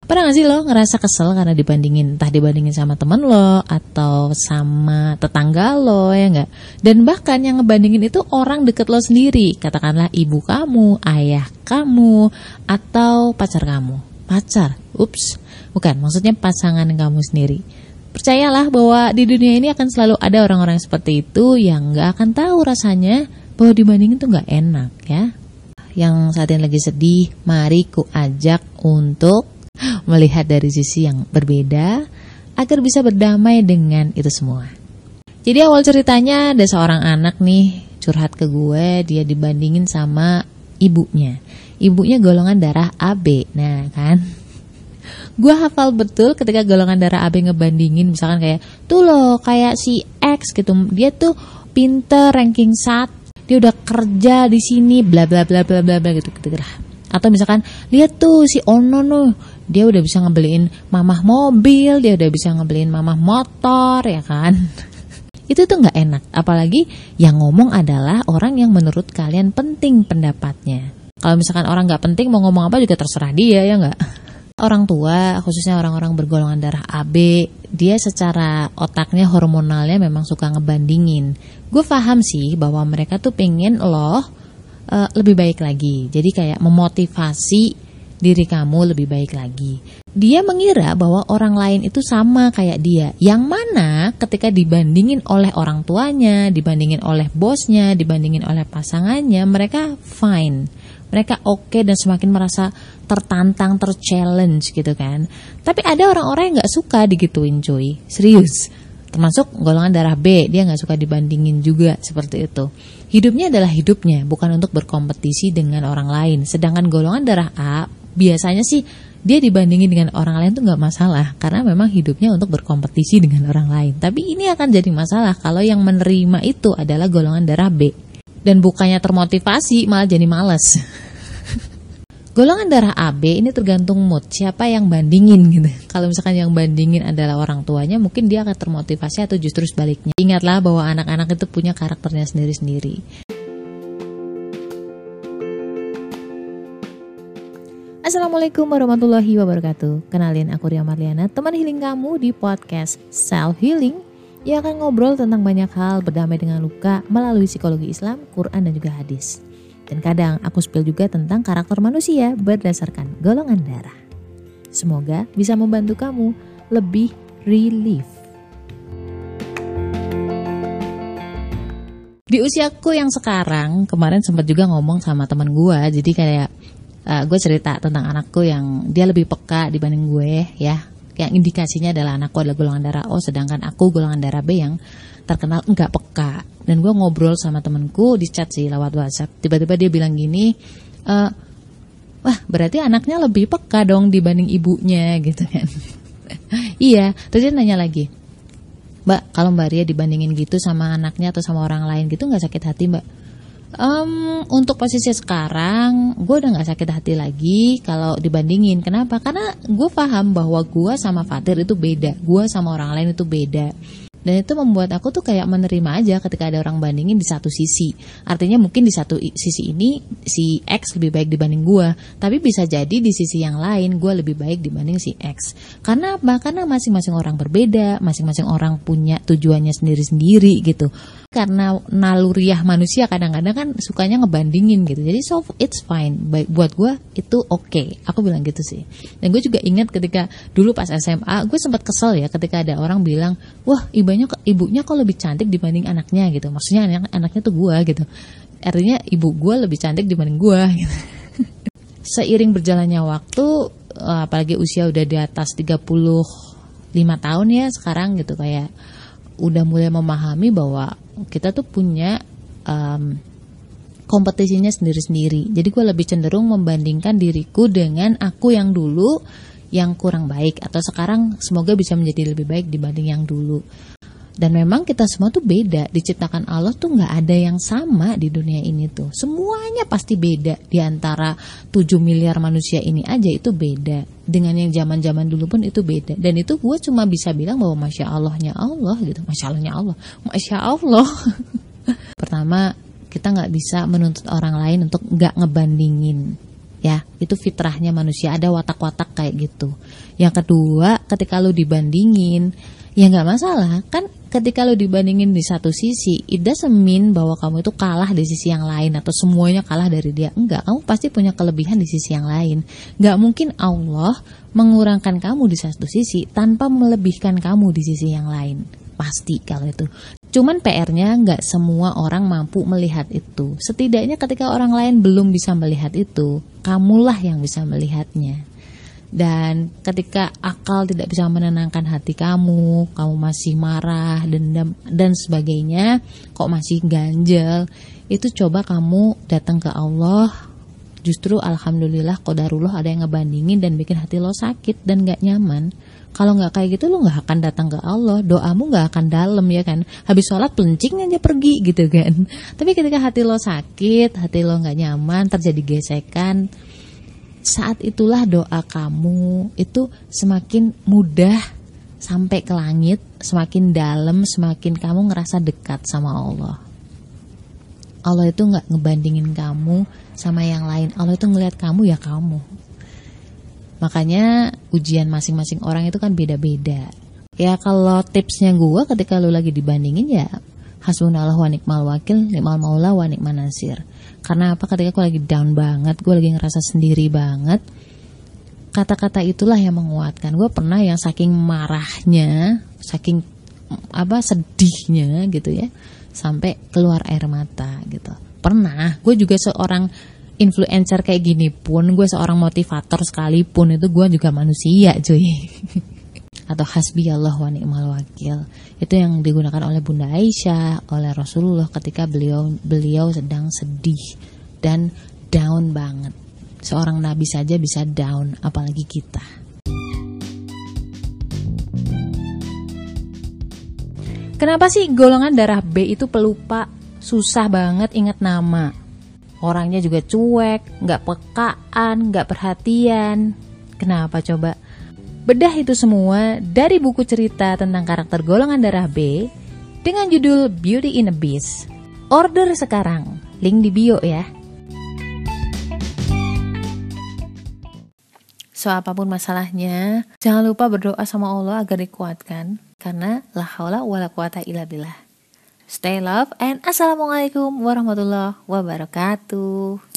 Pernah gak sih lo ngerasa kesel karena dibandingin, entah dibandingin sama temen lo atau sama tetangga lo, ya gak? Dan bahkan yang ngebandingin itu orang deket lo sendiri, katakanlah ibu kamu, ayah kamu, atau pacar kamu. Pacar, bukan, maksudnya pasangan kamu sendiri. Percayalah bahwa di dunia ini akan selalu ada orang-orang seperti itu yang gak akan tahu rasanya bahwa dibandingin tuh gak enak, ya. Yang saat ini lagi sedih, mari ku ajak untuk melihat dari sisi yang berbeda agar bisa berdamai dengan itu semua. Jadi awal ceritanya ada seorang anak nih curhat ke gue, dia dibandingin sama ibunya. Ibunya golongan darah AB. Nah kan, gue hafal betul ketika golongan darah AB ngebandingin, misalkan kayak tuh loh kayak si X gitu, dia tuh pinter ranking 1, dia udah kerja di sini bla bla bla bla bla bla gitu lah. Atau misalkan lihat tuh si Ono nih, dia udah bisa ngebeliin mamah mobil, dia udah bisa ngebeliin mamah motor, ya kan? Itu tuh nggak enak. Apalagi yang ngomong adalah orang yang menurut kalian penting pendapatnya. Kalau misalkan orang nggak penting mau ngomong apa juga terserah dia, ya nggak? Orang tua, khususnya orang-orang bergolongan darah AB, dia secara otaknya hormonalnya memang suka ngebandingin. Gue paham sih bahwa mereka tuh pengen loh lebih baik lagi. Jadi kayak memotivasi diri kamu lebih baik lagi. Dia mengira bahwa orang lain itu sama kayak dia. Yang mana ketika dibandingin oleh orang tuanya, dibandingin oleh bosnya, dibandingin oleh pasangannya, mereka fine. Mereka oke dan semakin merasa tertantang, terchallenge gitu kan. Tapi ada orang-orang yang gak suka digituin cuy. Serius. Termasuk golongan darah B, dia gak suka dibandingin juga seperti itu. Hidupnya adalah hidupnya, bukan untuk berkompetisi dengan orang lain. Sedangkan golongan darah A, biasanya sih dia dibandingin dengan orang lain tuh gak masalah, karena memang hidupnya untuk berkompetisi dengan orang lain. Tapi ini akan jadi masalah kalau yang menerima itu adalah golongan darah B. Dan bukannya termotivasi, malah jadi males. Golongan darah AB ini tergantung mood, siapa yang bandingin gitu. Kalau misalkan yang bandingin adalah orang tuanya, mungkin dia akan termotivasi atau justru sebaliknya. Ingatlah bahwa anak-anak itu punya karakternya sendiri-sendiri. Assalamualaikum warahmatullahi wabarakatuh. Kenalin, aku Ria Marliana, teman healing kamu di podcast Self Healing, yang akan ngobrol tentang banyak hal berdamai dengan luka melalui psikologi Islam, Quran dan juga hadis. Dan kadang aku spill juga tentang karakter manusia berdasarkan golongan darah. Semoga bisa membantu kamu lebih relief. Di usiaku yang sekarang, kemarin sempat juga ngomong sama teman gue. Jadi kayak gue cerita tentang anakku yang dia lebih peka dibanding gue, ya. Yang indikasinya adalah anakku adalah golongan darah O, sedangkan aku golongan darah B yang terkenal enggak peka. Dan gue ngobrol sama temenku di chat sih lewat WhatsApp. Tiba-tiba dia bilang gini, wah berarti anaknya lebih peka dong dibanding ibunya gitu kan. Iya, terus dia nanya lagi, Mbak, kalau Mbak Ria dibandingin gitu sama anaknya atau sama orang lain gitu gak sakit hati Mbak? Untuk posisi sekarang gue udah gak sakit hati lagi kalau dibandingin. Kenapa? Karena gue paham bahwa gue sama Fatir itu beda, gue sama orang lain itu beda. Dan itu membuat aku tuh kayak menerima aja ketika ada orang bandingin di satu sisi. Artinya mungkin di satu sisi ini si X lebih baik dibanding gue, tapi bisa jadi di sisi yang lain gue lebih baik dibanding si X. Karena apa? Karena masing-masing orang berbeda, masing-masing orang punya tujuannya sendiri-sendiri gitu. Karena naluriah manusia kadang-kadang kan sukanya ngebandingin gitu. Jadi so it's fine. Baik buat gue itu oke. Aku bilang gitu sih. Dan gue juga ingat ketika dulu pas SMA gue sempat kesel ya ketika ada orang bilang, wah ibunya kok lebih cantik dibanding anaknya gitu. Maksudnya anaknya tuh gue gitu. Artinya ibu gue lebih cantik dibanding gue gitu. Seiring berjalannya waktu, apalagi usia udah di atas 35 tahun ya sekarang gitu, kayak udah mulai memahami bahwa kita tuh punya kompetisinya sendiri-sendiri. Jadi gue lebih cenderung membandingkan diriku dengan aku yang dulu yang kurang baik, atau sekarang semoga bisa menjadi lebih baik dibanding yang dulu. Dan memang kita semua tuh beda. Diciptakan Allah tuh gak ada yang sama di dunia ini tuh. Semuanya pasti beda. Di antara 7 miliar manusia ini aja itu beda. Dengan yang zaman-zaman dulu pun itu beda. Dan itu gue cuma bisa bilang bahwa Masya Allahnya Allah gitu. Masya Allahnya Allah. Masya Allah. Pertama, kita gak bisa menuntut orang lain untuk gak ngebandingin. Ya, itu fitrahnya manusia, ada watak-watak kayak gitu. Yang kedua, ketika lu dibandingin, ya nggak masalah. Kan ketika lu dibandingin di satu sisi, it doesn't mean bahwa kamu itu kalah di sisi yang lain atau semuanya kalah dari dia. Enggak, kamu pasti punya kelebihan di sisi yang lain. Nggak mungkin Allah mengurangkan kamu di satu sisi tanpa melebihkan kamu di sisi yang lain. Pasti kalau itu. Cuman PR-nya nggak semua orang mampu melihat itu. Setidaknya ketika orang lain belum bisa melihat itu, kamulah yang bisa melihatnya. Dan ketika akal tidak bisa menenangkan hati kamu masih marah, dendam, dan sebagainya, kok masih ganjel, itu coba kamu datang ke Allah. Justru alhamdulillah, qadarullah ada yang ngebandingin dan bikin hati lo sakit dan gak nyaman. Kalau gak kayak gitu lo gak akan datang ke Allah, doamu gak akan dalam ya kan. Habis sholat pelencing aja pergi gitu kan. Tapi ketika hati lo sakit, hati lo gak nyaman, terjadi gesekan, saat itulah doa kamu itu semakin mudah sampai ke langit, semakin dalam, semakin kamu ngerasa dekat sama Allah. Allah itu gak ngebandingin kamu sama yang lain. Allah itu ngelihat kamu ya kamu. Makanya ujian masing-masing orang itu kan beda-beda. Ya kalau tipsnya gue ketika lu lagi dibandingin ya hasbunallahu wa ni'mal wakil, ni'mal maula wa ni'man nasir. Karena apa? Ketika gue lagi down banget, gue lagi ngerasa sendiri banget, kata-kata itulah yang menguatkan. Gue pernah yang saking marahnya, saking sedihnya gitu ya, sampai keluar air mata gitu. Pernah, gue juga seorang influencer kayak gini pun, gue seorang motivator sekalipun, itu gue juga manusia cuy. Atau hasbiyallah wa ni'mal wakil, itu yang digunakan oleh Bunda Aisyah, oleh Rasulullah ketika beliau sedang sedih dan down banget. Seorang nabi saja bisa down, apalagi kita. Kenapa sih golongan darah B itu pelupa, susah banget ingat nama? Orangnya juga cuek, gak pekaan, gak perhatian. Kenapa coba? Bedah itu semua dari buku cerita tentang karakter golongan darah B dengan judul Beauty in a Beast. Order sekarang, link di bio ya. So apapun masalahnya, jangan lupa berdoa sama Allah agar dikuatkan. Karena la haula wala quwata illa billah. Stay love and assalamualaikum warahmatullahi wabarakatuh.